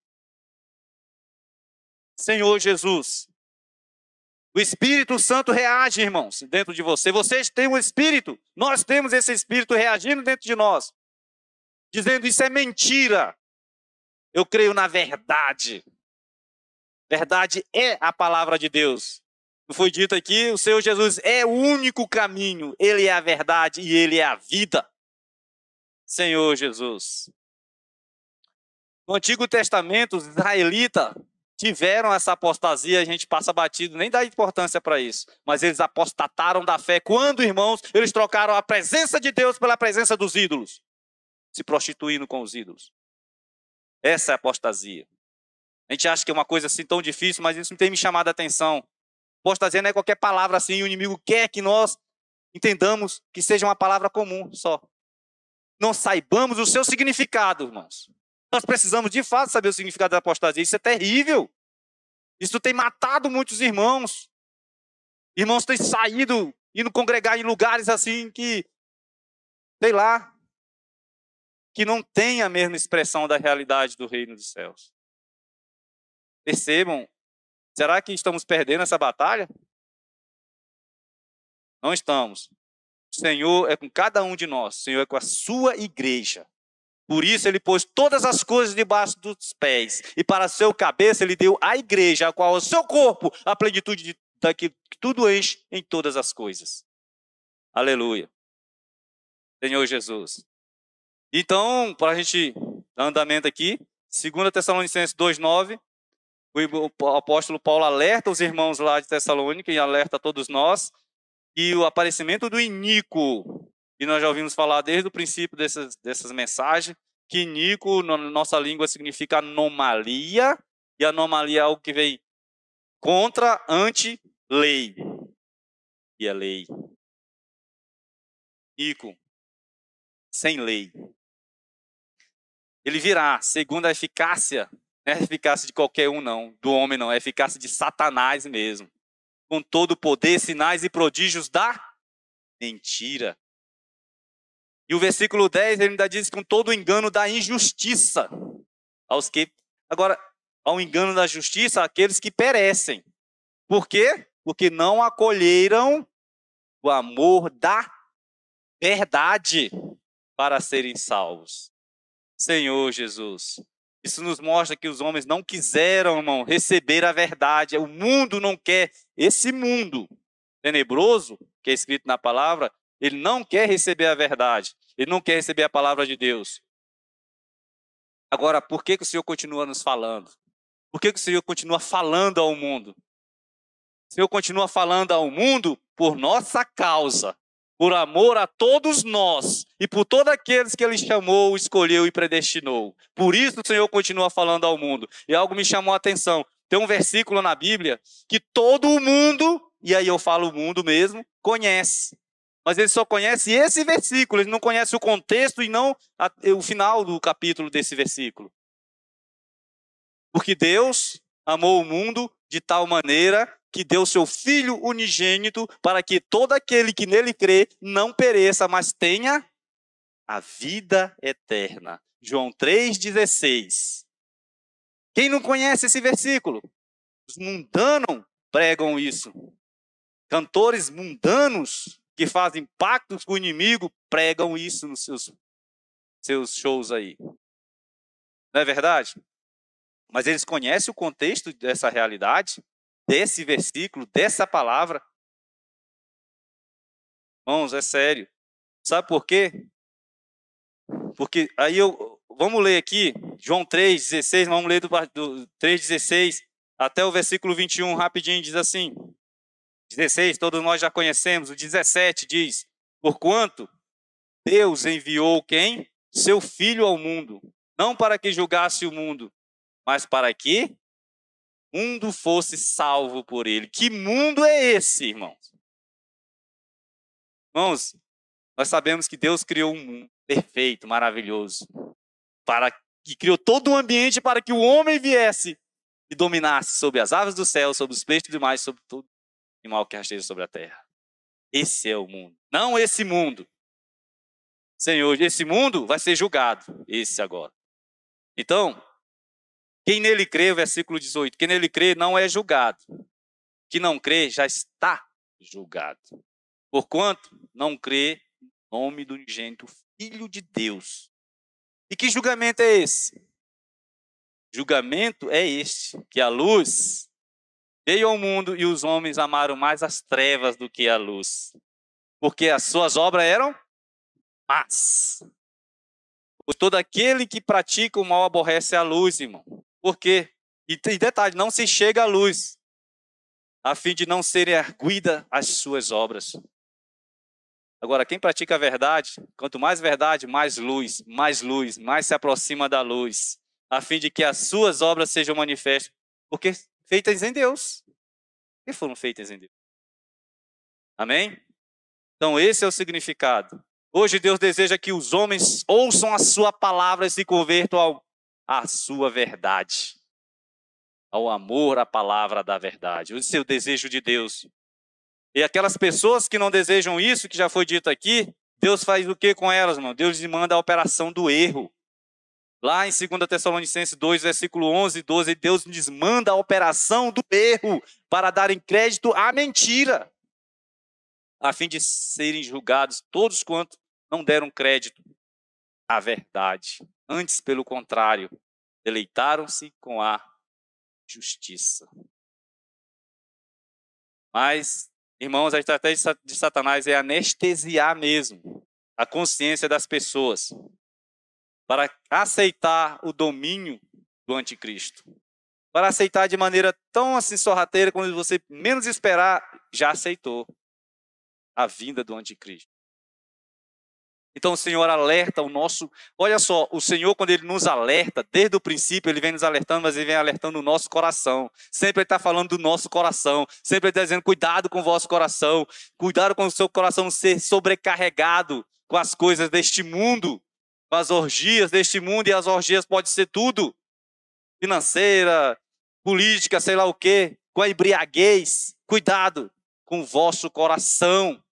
Senhor Jesus. O Espírito Santo reage, irmãos, dentro de você. Vocês têm um Espírito. Nós temos esse Espírito reagindo dentro de nós. dizendo isso é mentira. Eu creio na verdade. Verdade é a palavra de Deus. Não foi dito aqui, o Senhor Jesus é o único caminho. Ele é a verdade e Ele é a vida. Senhor Jesus. No Antigo Testamento, os israelitas tiveram essa apostasia, a gente passa batido, nem dá importância para isso. Mas eles apostataram da fé quando, irmãos, eles trocaram a presença de Deus pela presença dos ídolos, se prostituindo com os ídolos. Essa é a apostasia. A gente acha que é uma coisa assim tão difícil, mas isso não tem me chamado a atenção. Apostasia não é qualquer palavra assim, o inimigo quer que nós entendamos que seja uma palavra comum só. Não saibamos o seu significado, irmãos. Nós precisamos de fato saber o significado da apostasia. Isso é terrível. Isso tem matado muitos irmãos. Irmãos têm saído, indo congregar em lugares assim que, sei lá, que não tem a mesma expressão da realidade do reino dos céus. Percebam, será que estamos perdendo essa batalha? Não estamos. O Senhor é com cada um de nós. O Senhor é com a sua igreja. Por isso ele pôs todas as coisas debaixo dos pés. E para seu cabeça ele deu a igreja, a qual é o seu corpo, a plenitude daquilo que tudo enche em todas as coisas. Aleluia. Senhor Jesus. Então, para a gente dar andamento aqui, 2 Tessalonicenses 2,9, o apóstolo Paulo alerta os irmãos lá de Tessalônica e alerta a todos nós que o aparecimento do iníquo, e nós já ouvimos falar desde o princípio dessas mensagens, que iníquo na nossa língua significa anomalia, e anomalia é algo que vem contra, anti-lei. E a lei. Iníquo, sem lei. Ele virá, segundo a eficácia, não é a eficácia de qualquer um não, do homem não, é a eficácia de Satanás mesmo. Com todo o poder, sinais e prodígios da mentira. E o versículo 10, ele ainda diz com todo o engano da injustiça. Agora, ao engano da justiça, aqueles que perecem. Por quê? Porque não acolheram o amor da verdade para serem salvos. Senhor Jesus. Isso nos mostra que os homens não quiseram, irmão, receber a verdade. O mundo não quer. Esse mundo tenebroso, que é escrito na palavra, ele não quer receber a verdade. Ele não quer receber a palavra de Deus. Agora, por que o Senhor continua nos falando? Por que o Senhor continua falando ao mundo? O Senhor continua falando ao mundo por nossa causa, por amor a todos nós e por todos aqueles que Ele chamou, escolheu e predestinou. Por isso o Senhor continua falando ao mundo. E algo me chamou a atenção. Tem um versículo na Bíblia que todo o mundo, e aí eu falo o mundo mesmo, conhece. Mas ele só conhece esse versículo, ele não conhece o contexto e não o final do capítulo desse versículo. Porque Deus amou o mundo de tal maneira que deu seu Filho unigênito para que todo aquele que nele crê não pereça, mas tenha a vida eterna. João 3,16. Quem não conhece esse versículo? Os mundanos pregam isso. Cantores mundanos que fazem pactos com o inimigo, pregam isso nos seus shows aí. Não é verdade? Mas eles conhecem o contexto dessa realidade, desse versículo, dessa palavra. Irmãos, é sério. Sabe por quê? Porque aí vamos ler aqui, João 3,16, vamos ler do 3,16 até o versículo 21, rapidinho, diz assim. 16, todos nós já conhecemos. O 17 diz: porquanto Deus enviou quem? Seu Filho ao mundo, não para que julgasse o mundo, mas para que o mundo fosse salvo por ele. Que mundo é esse, irmãos? Irmãos, nós sabemos que Deus criou um mundo perfeito, maravilhoso, e criou todo um ambiente para que o homem viesse e dominasse sobre as aves do céu, sobre os peixes do mar, sobre todo animal que rasteja sobre a terra. Esse é o mundo. Não esse mundo. Senhor, esse mundo vai ser julgado. Esse agora. Então, quem nele crê, versículo 18, quem nele crê não é julgado. Quem não crê já está julgado. Porquanto não crê no nome do unigênito Filho de Deus. E que julgamento é esse? Julgamento é este, que a luz veio ao mundo e os homens amaram mais as trevas do que a luz, porque as suas obras eram más. Pois todo aquele que pratica o mal aborrece a luz, irmão. Por quê? E detalhe, não se chega à luz, a fim de não serem arguidas as suas obras. Agora, quem pratica a verdade, quanto mais verdade, mais luz, mais se aproxima da luz, a fim de que as suas obras sejam manifestas, porque feitas em Deus. Que foram feitas em Deus. Amém? Então, esse é o significado. Hoje, Deus deseja que os homens ouçam a sua palavra e se convertam à sua verdade, ao amor à palavra da verdade. Esse é o desejo de Deus. E aquelas pessoas que não desejam isso, que já foi dito aqui, Deus faz o que com elas, irmão? Deus lhes manda a operação do erro. Lá em 2 Tessalonicenses 2, versículo 11 e 12, Deus lhes manda a operação do erro para darem crédito à mentira, a fim de serem julgados todos quanto não deram crédito à verdade. Antes, pelo contrário, deleitaram-se com a justiça. Mas, irmãos, a estratégia de Satanás é anestesiar mesmo a consciência das pessoas para aceitar o domínio do anticristo. Para aceitar de maneira tão assim sorrateira, quando você menos esperar, já aceitou a vinda do anticristo. Então o Senhor alerta o nosso... Olha só, o Senhor, quando Ele nos alerta, desde o princípio, Ele vem nos alertando, mas Ele vem alertando o nosso coração. Sempre Ele está falando do nosso coração. Sempre Ele está dizendo, cuidado com o vosso coração. Cuidado com o seu coração não ser sobrecarregado com as coisas deste mundo, com as orgias deste mundo, e as orgias pode ser tudo. Financeira, política, sei lá o quê, com a embriaguez. Cuidado com o vosso coração.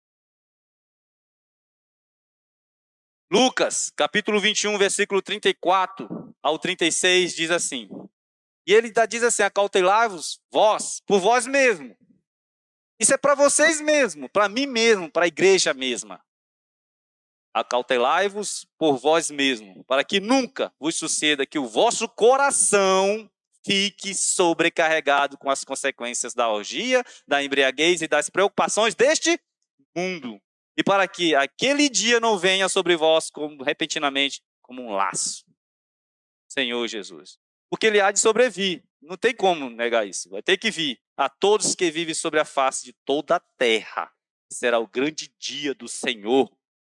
Lucas, capítulo 21, versículo 34 ao 36, diz assim. E ele diz assim, acautelai-vos vós, por vós mesmo. Isso é para vocês mesmo, para mim mesmo, para a igreja mesma. Acautelai-vos por vós mesmo, para que nunca vos suceda que o vosso coração fique sobrecarregado com as consequências da orgia, da embriaguez e das preocupações deste mundo. E para que aquele dia não venha sobre vós repentinamente como um laço. Senhor Jesus. Porque ele há de sobrevir. Não tem como negar isso. Vai ter que vir. A todos que vivem sobre a face de toda a terra. Será o grande dia do Senhor.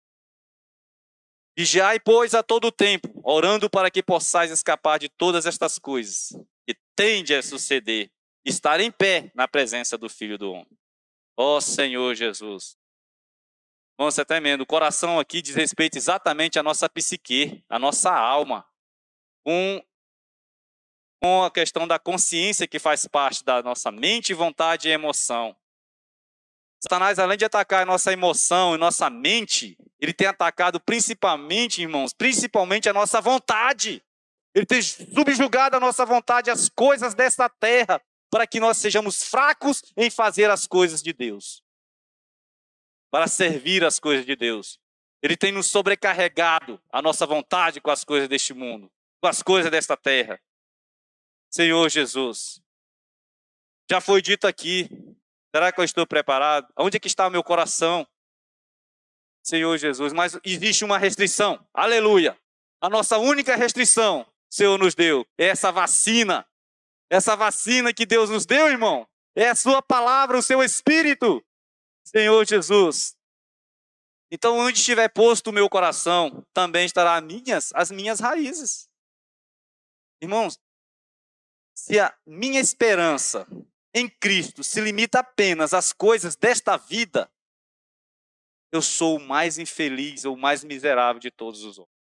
Vigiai, pois, a todo tempo, orando para que possais escapar de todas estas coisas que tende a suceder, estar em pé na presença do Filho do Homem. Ó Senhor Jesus. Vamos ser tremendo. O coração aqui diz respeito exatamente à nossa psique, à nossa alma. Com a questão da consciência que faz parte da nossa mente, vontade e emoção. Satanás, além de atacar a nossa emoção e nossa mente, ele tem atacado principalmente, irmãos, principalmente a nossa vontade. Ele tem subjugado a nossa vontade às coisas desta terra, para que nós sejamos fracos em fazer as coisas de Deus. Para servir as coisas de Deus. Ele tem nos sobrecarregado a nossa vontade com as coisas deste mundo, com as coisas desta terra. Senhor Jesus, já foi dito aqui, será que eu estou preparado? Onde é que está o meu coração? Senhor Jesus, mas existe uma restrição, aleluia. A nossa única restrição, o Senhor nos deu, é essa vacina que Deus nos deu, irmão. É a sua palavra, o seu Espírito. Senhor Jesus. Então, onde estiver posto o meu coração, também estará as minhas raízes. Irmãos, se a minha esperança em Cristo se limita apenas às coisas desta vida, eu sou o mais infeliz ou o mais miserável de todos os homens.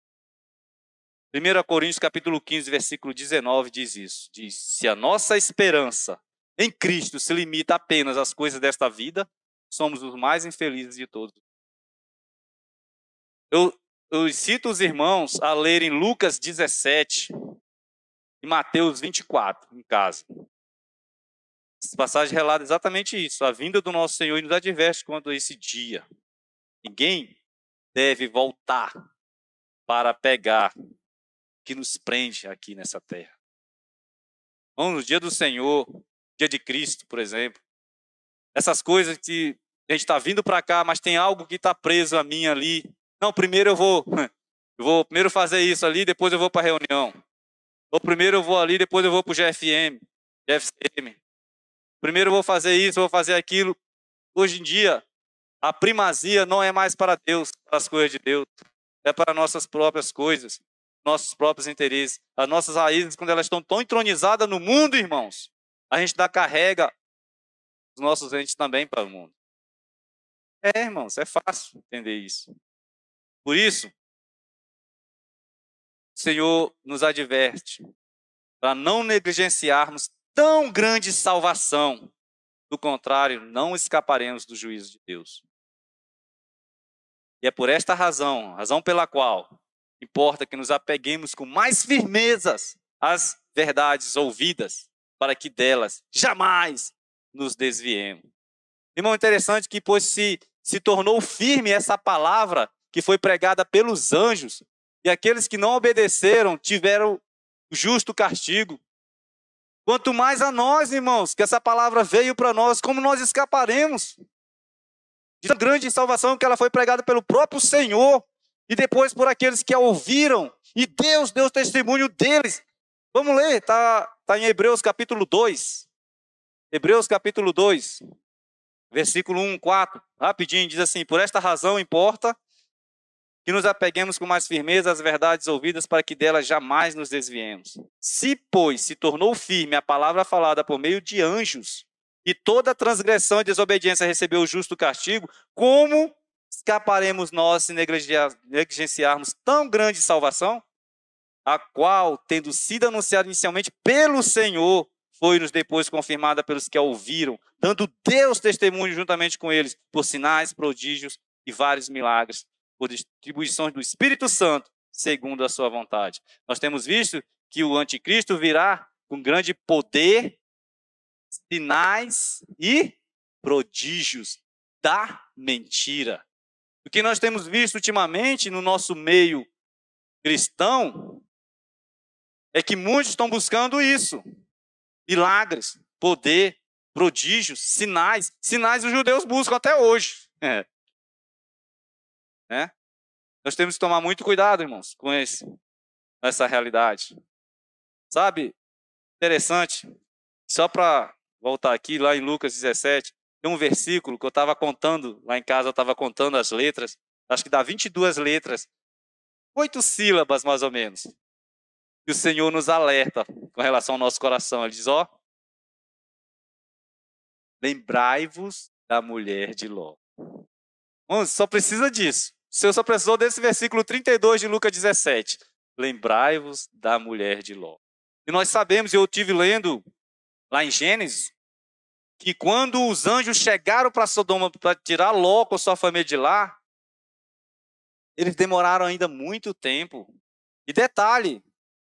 1 Coríntios capítulo 15, versículo 19 diz isso. Diz, se a nossa esperança em Cristo se limita apenas às coisas desta vida, somos os mais infelizes de todos. Eu cito os irmãos a lerem Lucas 17 e Mateus 24 em casa. Essa passagem relata exatamente isso. A vinda do nosso Senhor e nos adverte quanto a esse dia. Ninguém deve voltar para pegar o que nos prende aqui nessa terra. Então, no dia do Senhor, dia de Cristo, por exemplo, essas coisas que a gente está vindo para cá, mas tem algo que está preso a mim ali. Não, primeiro eu vou primeiro fazer isso ali, depois eu vou para a reunião. Ou primeiro eu vou ali, depois eu vou para o GFCM. Primeiro eu vou fazer isso, eu vou fazer aquilo. Hoje em dia, a primazia não é mais para Deus, para as coisas de Deus. É para nossas próprias coisas, nossos próprios interesses. As nossas raízes, quando elas estão tão entronizadas no mundo, irmãos, a gente carrega os nossos entes também para o mundo. Irmãos, é fácil entender isso. Por isso, o Senhor nos adverte para não negligenciarmos tão grande salvação. Do contrário, não escaparemos do juízo de Deus. E é por esta razão pela qual importa que nos apeguemos com mais firmezas às verdades ouvidas, para que delas jamais nos desviemos. Irmão, interessante que pois se tornou firme essa palavra que foi pregada pelos anjos, e aqueles que não obedeceram tiveram o justo castigo. Quanto mais a nós, irmãos, que essa palavra veio para nós, como nós escaparemos de grande salvação que ela foi pregada pelo próprio Senhor e depois por aqueles que a ouviram, e Deus deu testemunho deles. Vamos ler, está em Hebreus capítulo 2. Hebreus capítulo 2, versículo 1, 4. Rapidinho, diz assim: por esta razão importa que nos apeguemos com mais firmeza às verdades ouvidas, para que delas jamais nos desviemos. Se, pois, se tornou firme a palavra falada por meio de anjos, e toda transgressão e desobediência recebeu o justo castigo, como escaparemos nós se negligenciarmos tão grande salvação? A qual, tendo sido anunciada inicialmente pelo Senhor, foi-nos depois confirmada pelos que a ouviram, dando Deus testemunho juntamente com eles, por sinais, prodígios e vários milagres, por distribuições do Espírito Santo, segundo a sua vontade. Nós temos visto que o anticristo virá com grande poder, sinais e prodígios da mentira. O que nós temos visto ultimamente no nosso meio cristão é que muitos estão buscando isso. Milagres, poder, prodígios, sinais. Sinais os judeus buscam até hoje. Nós temos que tomar muito cuidado, irmãos, com essa realidade. Sabe, interessante, só para voltar aqui, lá em Lucas 17, tem um versículo que eu estava contando, lá em casa eu estava contando as letras, acho que dá 22 letras, 8 sílabas mais ou menos, que o Senhor nos alerta com relação ao nosso coração. Ele diz, lembrai-vos da mulher de Ló. Irmãos, só precisa disso. O Senhor só precisou desse versículo 32 de Lucas 17. Lembrai-vos da mulher de Ló. E nós sabemos, eu estive lendo lá em Gênesis, que quando os anjos chegaram para Sodoma para tirar Ló com sua família de lá, eles demoraram ainda muito tempo. E detalhe,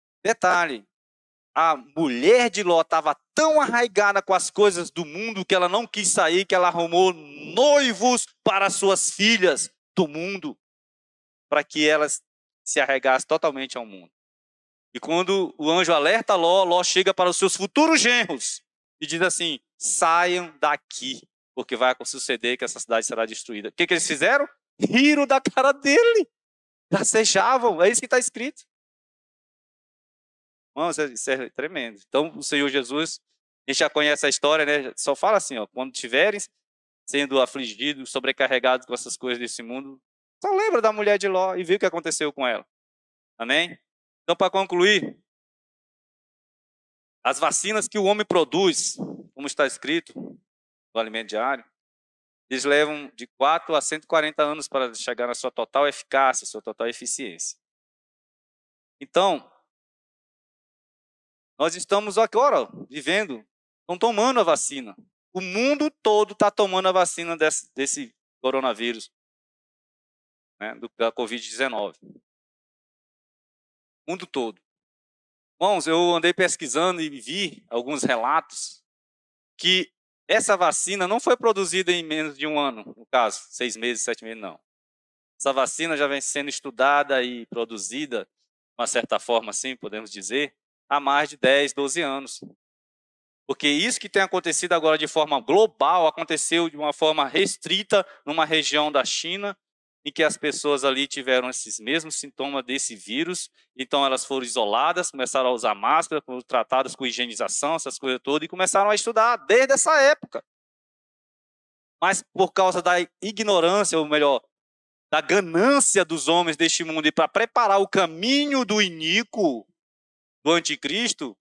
a mulher de Ló estava tão arraigada com as coisas do mundo que ela não quis sair, que ela arrumou noivos para suas filhas do mundo, para que elas se arregassem totalmente ao mundo. E quando o anjo alerta Ló, Ló chega para os seus futuros genros e diz assim, saiam daqui, porque vai suceder que essa cidade será destruída. O que eles fizeram? Riram da cara dele, gracejavam, é isso que está escrito. Irmãos, isso é tremendo. Então, o Senhor Jesus, a gente já conhece a história, né? Só fala assim, quando tiverem sendo afligidos, sobrecarregados com essas coisas desse mundo, só lembra da mulher de Ló e viu o que aconteceu com ela. Amém? Então, para concluir, as vacinas que o homem produz, como está escrito no alimento diário, eles levam de 4 a 140 anos para chegar na sua total eficácia, sua total eficiência. Então, nós estamos agora vivendo, estão tomando a vacina. O mundo todo está tomando a vacina desse coronavírus, né, da Covid-19. O mundo todo. Irmãos, eu andei pesquisando e vi alguns relatos que essa vacina não foi produzida em menos de um ano, no caso, 6 meses, 7 meses, não. Essa vacina já vem sendo estudada e produzida, de uma certa forma assim, podemos dizer, há mais de 10, 12 anos. Porque isso que tem acontecido agora de forma global, aconteceu de uma forma restrita numa região da China, em que as pessoas ali tiveram esses mesmos sintomas desse vírus, então elas foram isoladas, começaram a usar máscara, foram tratadas com higienização, essas coisas todas, e começaram a estudar desde essa época. Mas por causa da ignorância, ou melhor, da ganância dos homens deste mundo e para preparar o caminho do iníquo, do anticristo,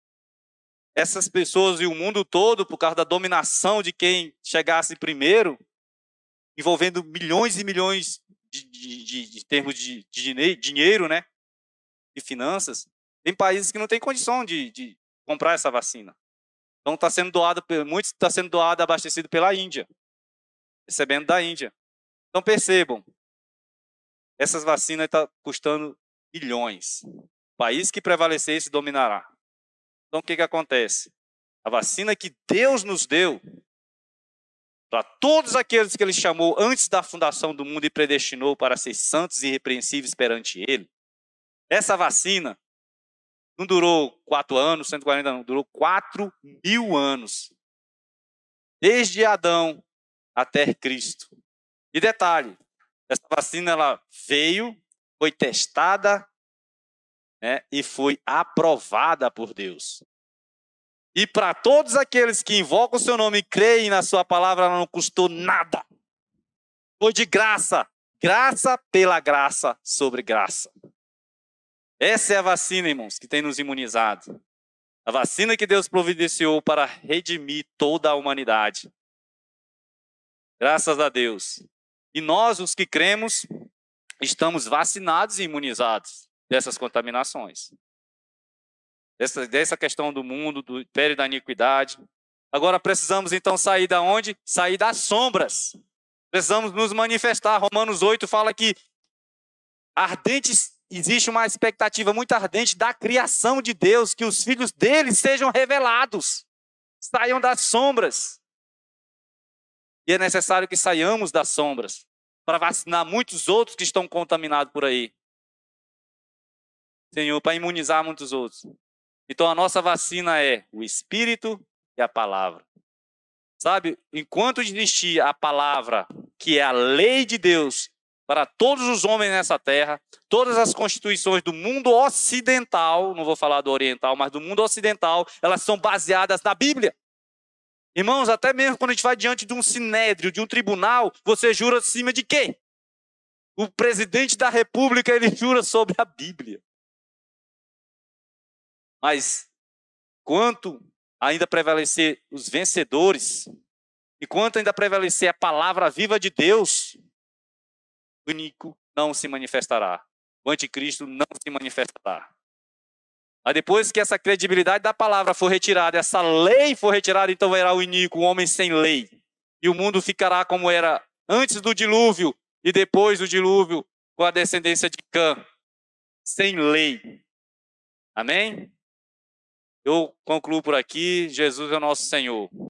essas pessoas e o mundo todo, por causa da dominação de quem chegasse primeiro, envolvendo milhões e milhões de termos de dinheiro, né? De finanças, tem países que não têm condição de comprar essa vacina. Então está sendo doado, muito está sendo doado, abastecido pela Índia, recebendo da Índia. Então percebam, essas vacinas estão custando bilhões. O país que prevalecesse dominará. Então o que acontece? A vacina que Deus nos deu, para todos aqueles que Ele chamou antes da fundação do mundo e predestinou para ser santos e irrepreensíveis perante Ele, essa vacina não durou 4 anos, 140 anos, durou 4.000 anos. Desde Adão até Cristo. E detalhe, essa vacina ela veio, foi testada, né, e foi aprovada por Deus. E para todos aqueles que invocam o seu nome e creem na sua palavra, ela não custou nada. Foi de graça. Graça pela graça sobre graça. Essa é a vacina, irmãos, que tem nos imunizado. A vacina que Deus providenciou para redimir toda a humanidade. Graças a Deus. E nós, os que cremos, estamos vacinados e imunizados dessas contaminações. Dessa questão do mundo, do império da iniquidade. Agora precisamos então sair da onde? Sair das sombras. Precisamos nos manifestar. Romanos 8 fala que existe uma expectativa muito ardente da criação de Deus, que os filhos dele sejam revelados. Saiam das sombras. E é necessário que saiamos das sombras para vacinar muitos outros que estão contaminados por aí. Senhor, para imunizar muitos outros. Então a nossa vacina é o Espírito e a palavra. Sabe, enquanto existir a palavra, que é a lei de Deus, para todos os homens nessa terra, todas as constituições do mundo ocidental, não vou falar do oriental, mas do mundo ocidental, elas são baseadas na Bíblia. Irmãos, até mesmo quando a gente vai diante de um sinédrio, de um tribunal, você jura acima de quê? O presidente da república, ele jura sobre a Bíblia. Mas, quanto ainda prevalecer os vencedores, e quanto ainda prevalecer a palavra viva de Deus, o iníquo não se manifestará. O anticristo não se manifestará. Mas depois que essa credibilidade da palavra for retirada, essa lei for retirada, então verá o iníquo, o homem sem lei. E o mundo ficará como era antes do dilúvio e depois do dilúvio, com a descendência de Cã, sem lei. Amém? Eu concluo por aqui. Jesus é o nosso Senhor.